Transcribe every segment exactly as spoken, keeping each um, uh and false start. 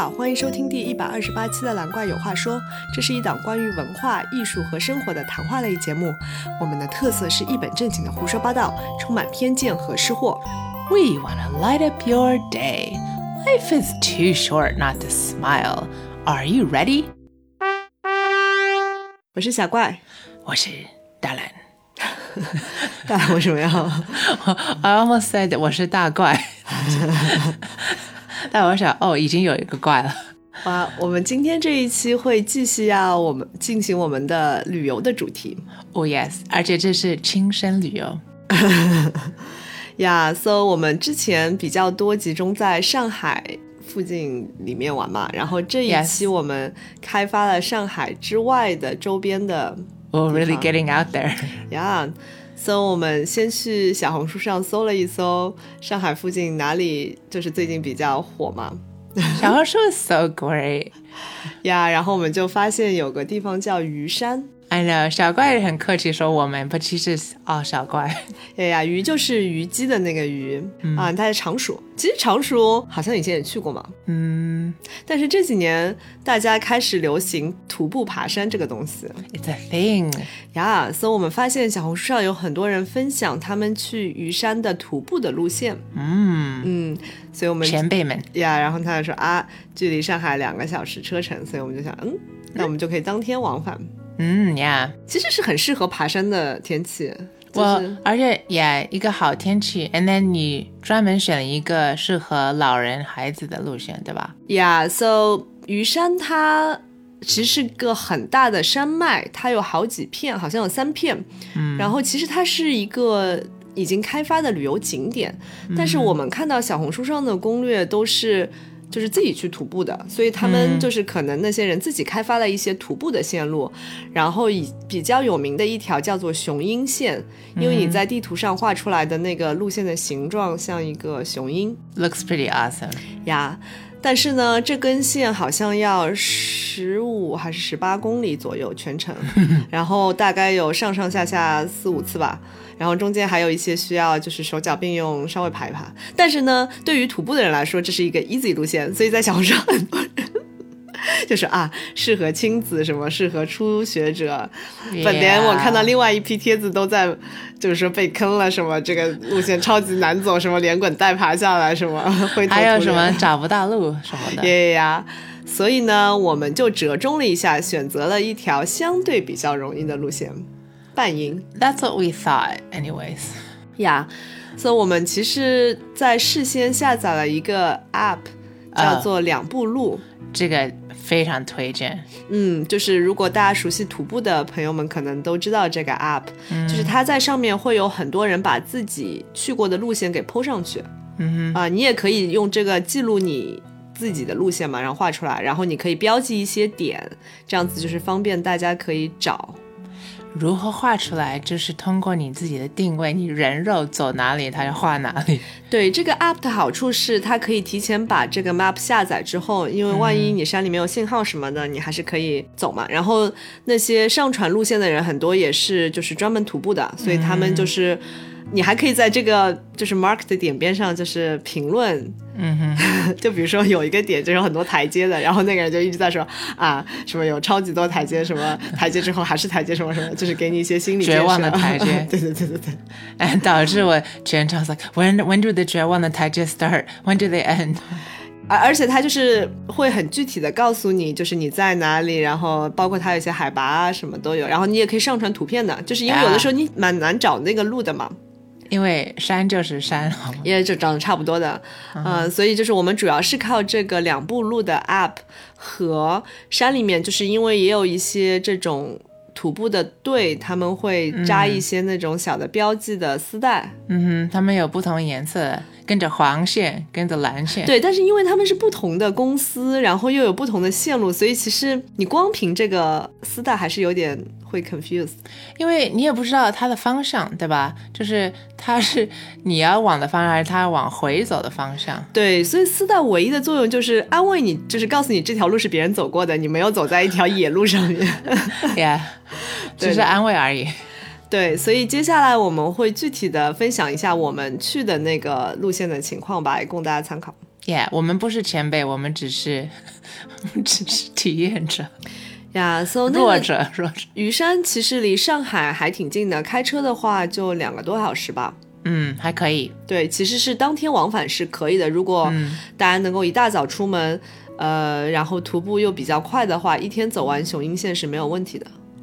好，欢迎收听第一百二十八期的蓝怪有话说，这是一档关于文化艺术和生活的谈话类节目，我们的特色是一本正经的胡说八道，充满偏见和失货。 We want to light up your day. Life is too short not to smile. Are you ready? 我是小怪， 我是大蓝。 大蓝为什么要 I almost said 我是大怪但我想哦，已经有一个怪了。 哇，我们今天这一期会继续要我们进行我们的旅游的主题。 Oh yes， 而且这是亲身旅游。 呀、yeah, so 我们之前比较多集中在上海附近里面玩嘛，然后这一期我们开发了上海之外的周边的地方。 We're really getting out there. Yeah， so 我们先去小红书上搜了一搜上海附近哪里就是最近比较火嘛。 小红书 is so great. 呀、yeah, 然后我们就发现有个地方叫鱼山。 I know， 小怪很客气说我们，不其实哦，小怪。 哎呀，鱼就是虞姬的那个鱼、嗯、啊，它是常熟。其实常熟好像以前也去过嘛， 嗯， 但是这几年大家开始流行徒步爬山这个东西。 It's a thing。 呀、yeah, 所以我们发现小红书上有很多人分享他们去鱼山的徒步的路线。 嗯嗯，所以我们前辈们呀， yeah, 然后他就说啊，距离上海两个小时车程，所以我们就想，嗯，那我们就可以当天往返。 嗯呀， yeah. 其实是很适合爬山的天气。 我、就是、而且也、yeah, 一个好天气 and then 你专门选了一个适合老人孩子的路线，对吧？ Yeah， so 鱼山它其实是个很大的山脉，它有好几片，好像有三片、嗯、然后其实它是一个已经开发的旅游景点、嗯、但是我们看到小红书上的攻略都是就是自己去徒步的，所以他们就是可能那些人自己开发了一些徒步的线路、嗯、然后以比较有名的一条叫做雄鹰线，因为你在地图上画出来的那个路线的形状像一个雄鹰。 Looks pretty awesome。 呀、yeah， 但是呢这根线好像要十五还是十八公里左右全程然后大概有上上下下四五次吧，然后中间还有一些需要就是手脚并用稍微爬一爬，但是呢对于徒步的人来说这是一个 easy 路线，所以在小红书上很多人就是啊适合亲子什么适合初学者、yeah. 本年我看到另外一批帖子都在就是说被坑了，什么这个路线超级难走，什么连滚带爬下来，什么灰头土脸， 还有什么找不到路什么的。 对呀，所以呢我们就折中了一下，选择了一条相对比较容易的路线，半营。 That's what we thought anyways。 呀、yeah, 所以我们其实在事先下载了一个 app 叫做两步路、uh, 这个非常推荐。 嗯，就是如果大家熟悉徒步的朋友们可能都知道这个 app、嗯、就是它在上面会有很多人把自己去过的路线给 po 上去。 嗯哼， 啊，你也可以用这个记录你自己的路线嘛，然后画出来，然后你可以标记一些点，这样子就是方便大家可以找。 如何画出来就是通过你自己的定位，你人肉走哪里它就画哪里。 对，这个 app 的好处是它可以提前把这个 map 下载之后，因为万一你山里面有信号什么的、嗯、你还是可以走嘛。然后那些上传路线的人很多也是就是专门徒步的，所以他们就是、嗯、你还可以在这个就是 mark 的点边上就是评论。 嗯哼就比如说有一个点就有很多台阶的，然后那个人就一直在说啊什么有超级多台阶，什么台阶之后还是台阶，什么什么，就是给你一些心理建设， 绝望的台阶对对对对对， 哎，导致我全场 like when when do the 绝望的台阶 start when do they end。 而且他就是会很具体的告诉你就是你在哪里，然后包括它有些海拔啊什么都有，然后你也可以上传图片的，就是因为有的时候你蛮难找那个路的嘛， 因为山就是山， 也就长得差不多的、嗯呃、所以就是我们主要是靠这个两步路的 app 和山里面，就是因为也有一些这种徒步的队，他们会扎一些那种小的标记的丝带。 嗯哼，他们有不同颜色，跟着黄线跟着蓝线。 对，但是因为他们是不同的公司，然后又有不同的线路，所以其实你光凭这个丝带还是有点会 confuse， 因为你也不知道它的方向，对吧？就是它是你要往的方向还是它要往回走的方向。 对，所以丝带唯一的作用就是安慰你，就是告诉你这条路是别人走过的，你没有走在一条野路上面。 yeah， 只是安慰而已。 对，所以接下来我们会具体的分享一下我们去的那个路线的情况吧，也供大家参考。 Yeah， 我们不是前辈，我们只是我们只是体验者呀、yeah, so 弱者弱者。 余山其实离上海还挺近的，开车的话就两个多小时吧。 嗯，还可以。 对，其实是当天往返是可以的，如果大家能够一大早出门、嗯、呃，然后徒步又比较快的话，一天走完雄鹰线是没有问题的。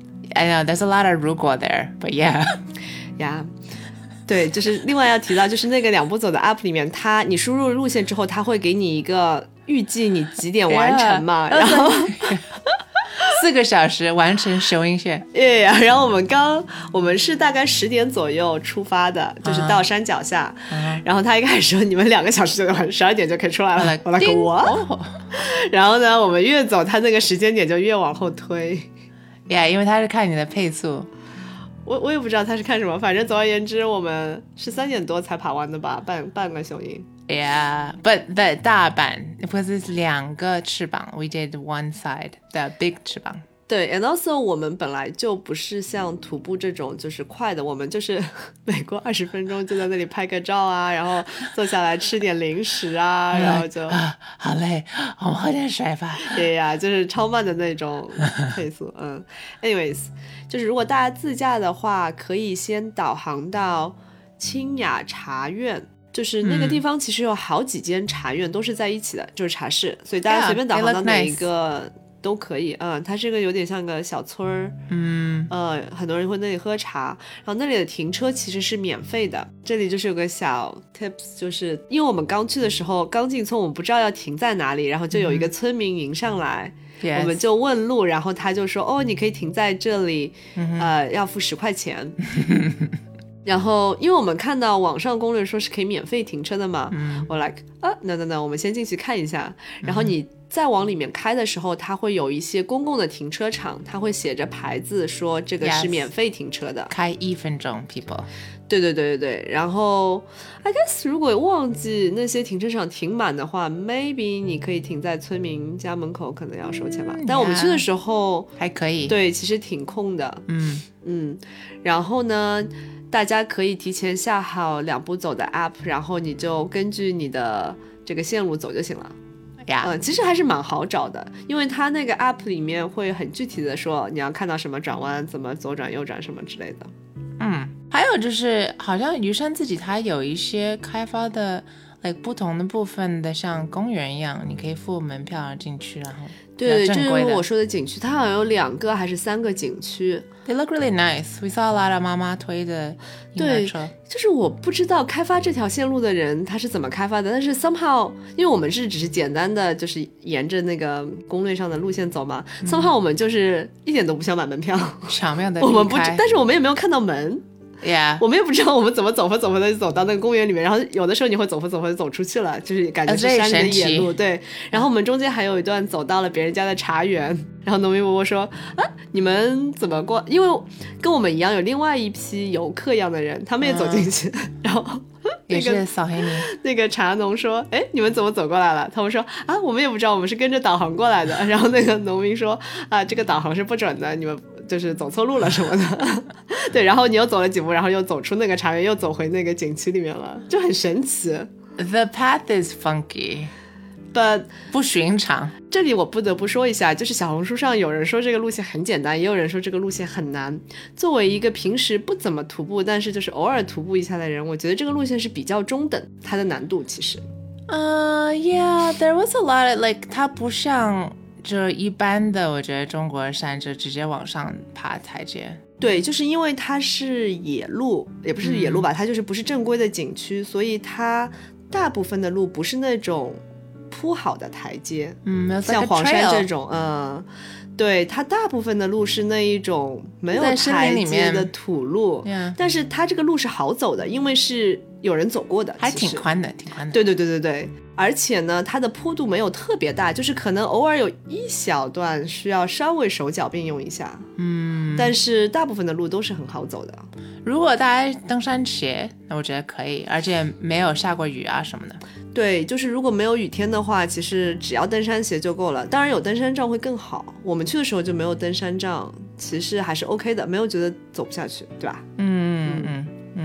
I know there's a lot of 如果 there, but yeah. 呀、yeah. 对，就是另外要提到，就是那个两步走的 app 里面，它你输入路线之后，它会给你一个预计你几点完成嘛， yeah. 然后四个小时完成雄鹰线。 对呀，然后我们刚我们是大概十点左右出发的，就是到山脚下， uh-huh. 然后他一开始说你们两个小时就完，十二点就可以出来了。我来个我， oh. 然后呢，我们越走，他那个时间点就越往后推。 Yeah， 因为他是看你的配速。 我我也不知道他是看什么，反正总而言之，我们是三点多才爬完的吧，半半个雄鹰。 Yeah, but the 大阪 because it's 两个翅膀 we did one side, the big 翅膀。 对 and also 我们本来就不是像徒步这种就是快的，我们就是每过二十分钟就在那里拍个照啊，然后坐下来吃点零食啊，然后就、 啊、好累，我们喝点水吧。 对呀，就是超慢的那种配速。嗯 anyways， 就是如果大家自驾的话，可以先导航到清雅茶院，就是那个地方其实有好几间茶院都是在一起的，就是茶室，所以大家随便导航到哪一个都可以。嗯，它是一个有点像个小村儿，嗯，呃，很多人会那里喝茶，然后那里的停车其实是免费的。这里就是有个小 tips， 就是因为我们刚去的时候刚进村，我们不知道要停在哪里，然后就有一个村民迎上来。Yes. 我们就问路，然后他就说哦你可以停在这里、mm-hmm. 呃，要付十块钱。然后因为我们看到网上攻略说是可以免费停车的嘛、嗯、我 like 啊 no no no 我们先进去看一下，然后你再往里面开的时候，它会有一些公共的停车场，它会写着牌子说这个是免费停车的、yes. 开一分钟 people。 对对对对对，然后 I guess 如果忘记那些停车场停满的话 maybe 你可以停在村民家门口，可能要收钱吧、嗯、但我们去的时候还可以， 对，其实挺空的。 嗯嗯，然后呢大家可以提前下好两步走的 app， 然后你就根据你的这个线路走就行了。 Yeah. 嗯，其实还是蛮好找的，因为它那个 app 里面会很具体的说你要看到什么转弯，怎么左转右转什么之类的。 嗯，还有就是好像余山自己它有一些开发的 like 不同的部分的像公园一样，你可以付门票进去，然后对，这就是我说的景区，它好像有两个还是三个景区。 They look really nice. We saw a lot of 妈妈推的婴儿车。 对，就是我不知道开发这条线路的人他是怎么开发的，但是 somehow 因为我们是只是简单的就是沿着那个攻略上的路线走嘛、嗯、somehow 我们就是一点都不想买门票， 巧妙的我们不，但是我们也没有看到门。 Yeah. 我们也不知道我们怎么走吧走吧的走到那个公园里面，然后有的时候你会走吧走吧就走出去了，就是感觉是山里的野路。对，然后我们中间还有一段走到了别人家的茶园，然后农民伯伯说啊你们怎么过，因为跟我们一样有另外一批游客一样的人，他们也走进去、嗯、然后也是扫黑泥。 那个茶农说哎你们怎么走过来了，他们说啊我们也不知道，我们是跟着导航过来的。然后那个农民说啊这个导航是不准的，你们就是走错路了什么的。对，然后你又走了几步，然后又走出那个茶园，又走回那个景区里面了，就很神奇。 The path is funky but 不寻常。 这里我不得不说一下，就是小红书上有人说这个路线很简单，也有人说这个路线很难。作为一个平时不怎么徒步但是就是偶尔徒步一下的人，我觉得这个路线是比较中等，它的难度其实呃、uh, yeah there was a lot of like 它不像就一般的我觉得中国山就直接往上爬台阶。 对，就是因为它是野路，也不是野路吧、嗯、它就是不是正规的景区，所以它大部分的路不是那种铺好的台阶， 嗯， 像黄山这种，嗯，对，它大部分的路是那一种没有台阶的土路，但是它这个路是好走的，因为是有人走过的， 还挺宽的，挺宽的。 对对对对对，而且呢，它的坡度没有特别大，就是可能偶尔有一小段需要稍微手脚并用一下，嗯，但是大部分的路都是很好走的。 如果大家登山鞋，那我觉得可以，而且没有下过雨啊什么的。 对，就是如果没有雨天的话，其实只要登山鞋就够了。当然有登山杖会更好，我们去的时候就没有登山杖，其实还是 OK 的，没有觉得走不下去，对吧？ 嗯嗯嗯嗯哼。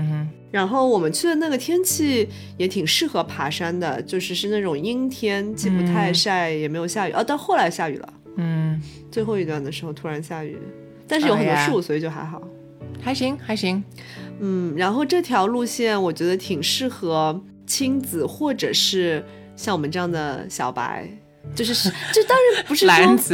然后我们去的那个天气也挺适合爬山的，就是是那种阴天，既不太晒、嗯、也没有下雨哦，但后来下雨了， 嗯， 最后一段的时候突然下雨，但是有很多树、oh, yeah. 所以就还好， 还行还行。 嗯，然后这条路线我觉得挺适合亲子或者是像我们这样的小白，就是这当然不是说蓝子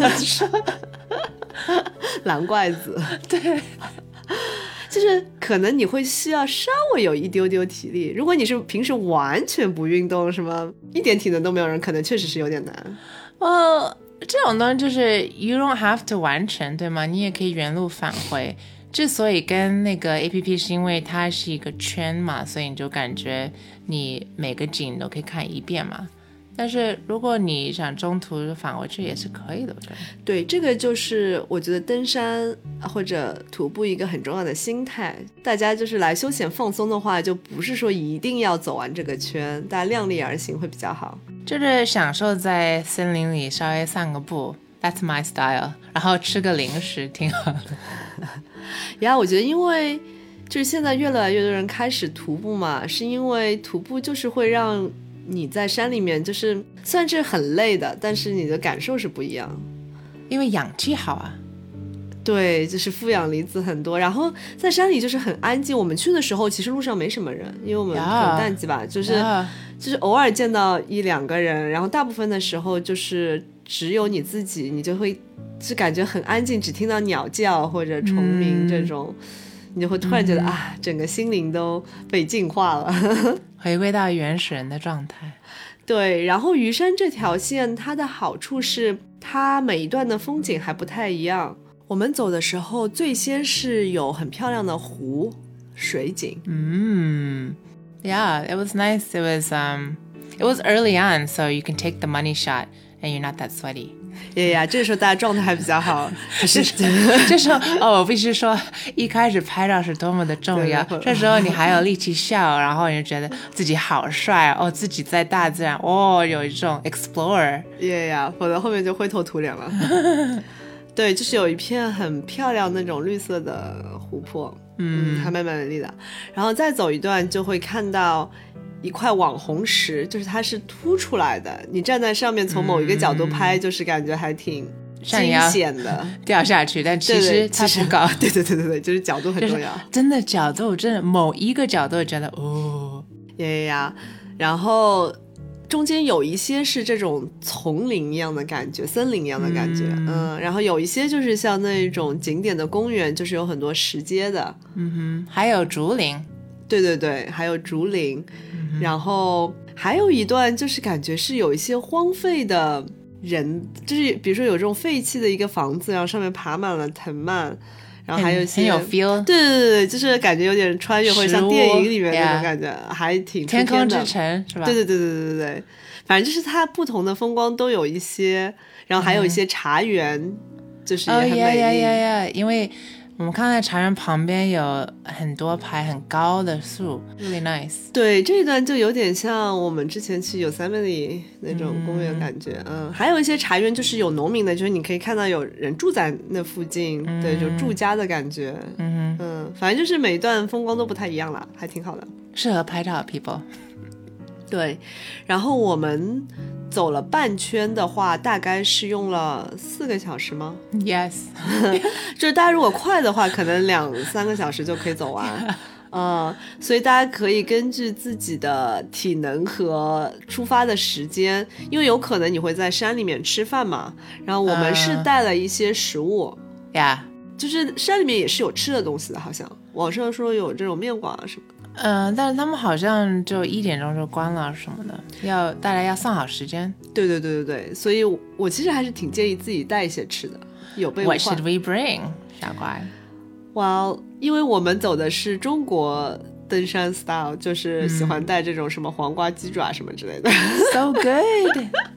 蓝怪子， 对， 就是可能你会需要稍微有一丢丢体力，如果你是平时完全不运动，什么一点体能都没有人，可能确实是有点难。 哦，这种东西就是 you don't have to 完成，对吗？你也可以原路返回。之所以跟那个 A P P 是因为它是一个圈嘛，所以你就感觉你每个景都可以看一遍嘛。但是如果你想中途返回去也是可以的，我觉得。 对，这个就是我觉得登山或者徒步一个很重要的心态。大家就是来休闲放松的话，就不是说一定要走完这个圈，大家量力而行会比较好。 就是享受在森林里稍微散个步 ，That's my style， 然后吃个零食挺好的。 呀，我觉得因为就是现在越来越多人开始徒步嘛，是因为徒步就是会让你在山里面就是算是很累的，但是你的感受是不一样， 因为氧气好啊。 对，就是负氧离子很多，然后在山里就是很安静。我们去的时候其实路上没什么人，因为我们很淡季吧， yeah, 就是、yeah. 就是偶尔见到一两个人，然后大部分的时候就是只有你自己，你就会是感觉很安静，只听到鸟叫或者虫鸣这种、嗯、你就会突然觉得、嗯、啊，整个心灵都被净化了回归到原始人的状态。 对，然后余山这条线它的好处是它每一段的风景还不太一样。我们走的时候最先是有很漂亮的湖水景。 嗯 Yeah, it was nice. It was um, it was early on, so you can take the money shot and you're not that sweaty. 耶呀，这时候大家状态还比较好。可是这时候哦，我必须说，一开始拍照是多么的重要。这时候你还有力气笑，然后你就觉得自己好帅哦，自己在大自然哦，有一种 explore。 耶呀，否则后面就灰头土脸了。对，就是有一片很漂亮那种绿色的湖泊，嗯，还蛮美丽的。然后再走一段就会看到一块网红石，就是它是凸出来的，你站在上面从某一个角度拍、嗯、就是感觉还挺惊险的， 掉下去，但其实它不高。 对对对对对，就是角度很重要、就是、 真的角度，真的某一个角度觉得哦呀呀呀，然后中间有一些是这种丛林一样的感觉，森林一样的感觉， 嗯, 嗯，然后有一些就是像那种景点的公园，就是有很多石阶的， 嗯哼，还有竹林， 对对对，还有竹林、嗯、然后还有一段就是感觉是有一些荒废的人，就是比如说有这种废弃的一个房子，然后上面爬满了藤蔓，然后还有一些很有 feel， 对对对，就是感觉有点穿越或者像电影里面那种感觉、yeah. 还挺出片的， 天空之城是吧？ 对对对对对对，反正就是它不同的风光都有一些，然后还有一些茶园、嗯、就是也很美丽。哦呀呀呀呀，因为我们看到茶园旁边有很多排很高的树 really nice。 对，这一段就有点像我们之前去 Yosemite 那种公园感觉， 嗯, 嗯，还有一些茶园就是有农民的，就是你可以看到有人住在那附近、嗯、对，就住家的感觉，嗯嗯，反正就是每一段风光都不太一样啦，还挺好的， 适合拍照 people。 对，然后我们走了半圈的话大概是用了四个小时吗？ Yes 就是大家如果快的话可能两三个小时就可以走完嗯，所以大家可以根据自己的体能和出发的时间，因为有可能你会在山里面吃饭嘛，然后我们是带了一些食物呀、 uh, 就是山里面也是有吃的东西的，好像网上说有这种面馆啊什么的， 嗯、呃，但是他们好像就一点钟就关了什么的，要大家要算好时间。 对对对对对，所以我其实还是挺建议自己带一些吃的，有备无患。 What should we bring 小乖？ 哇、wow, 因为我们走的是中国登山 style， 就是喜欢带这种什么黄瓜鸡爪什么之类的、 嗯、So good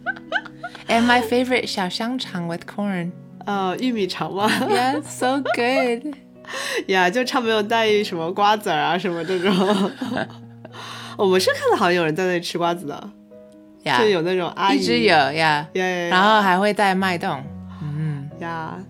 And my favorite 小香肠 with corn， 呃，玉米肠吗？ Yeah, so good 呀、yeah, 就差没有带什么瓜子啊什么这种我们是看到好像有人在那里吃瓜子的、yeah, 就有那种阿姨一直有呀、yeah, yeah, yeah, yeah. 然后还会带脉动， 嗯呀，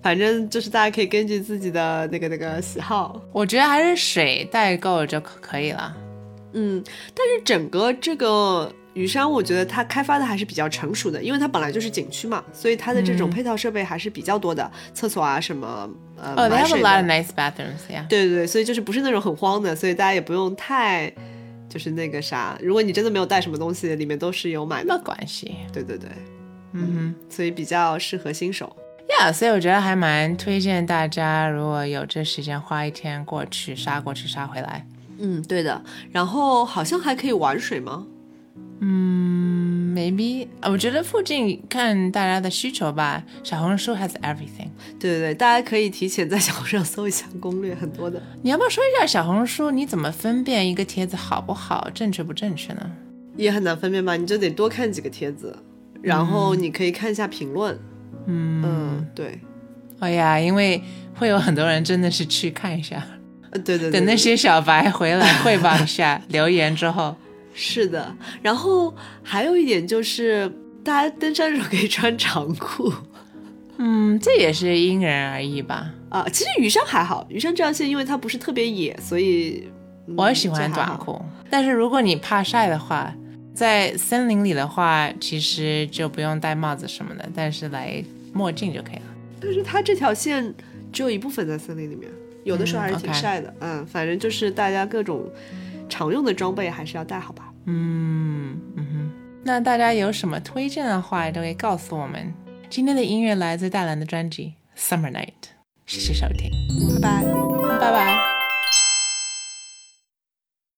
反正就是大家可以根据自己的那个那个喜好。 我觉得还是水带够了就可以了。 嗯，但是整个这个屿山我觉得它开发的还是比较成熟的，因为它本来就是景区嘛，所以它的这种配套设备还是比较多的，嗯、厕所啊什么呃 Oh, they have a lot of nice bathrooms, yeah. 对对对，所以就是不是那种很荒的，所以大家也不用太就是那个啥，如果你真的没有带什么东西，里面都是有买的。 没关系。 对对对， 嗯哼， 所以比较适合新手。 Yeah, 所以我觉得还蛮推荐大家，如果有这时间花一天过去杀过去杀回来。 嗯，对的。然后好像还可以玩水吗？ 嗯 ，maybe。我觉得附近看大家的需求吧。小红书 has everything。 对对对，大家可以提前在小红书上搜一下攻略，很多的。 你要不要说一下小红书你怎么分辨一个帖子好不好、正确不正确呢？ 也很难分辨吧，你就得多看几个帖子，然后你可以看一下评论。嗯嗯，对。 哎呀，因为会有很多人真的是去看一下。 呃，对对对， 等那些小白回来汇报一下留言之后。 是的，然后还有一点就是大家登山的时候可以穿长裤。 嗯，这也是因人而异吧。 啊，其实屿山还好，屿山这条线因为它不是特别野，所以、 嗯、我喜欢短裤。但是如果你怕晒的话，在森林里的话其实就不用戴帽子什么的，但是来墨镜就可以了。 但是它这条线只有一部分在森林里面，有的时候还是挺晒的。 嗯, okay. 嗯，反正就是大家各种常用的装备还是要带好吧。 嗯嗯哼，那大家有什么推荐的话都可以告诉我们。今天的音乐来自大蓝的专辑 Summer Night， 谢谢收听， 拜拜， 拜拜。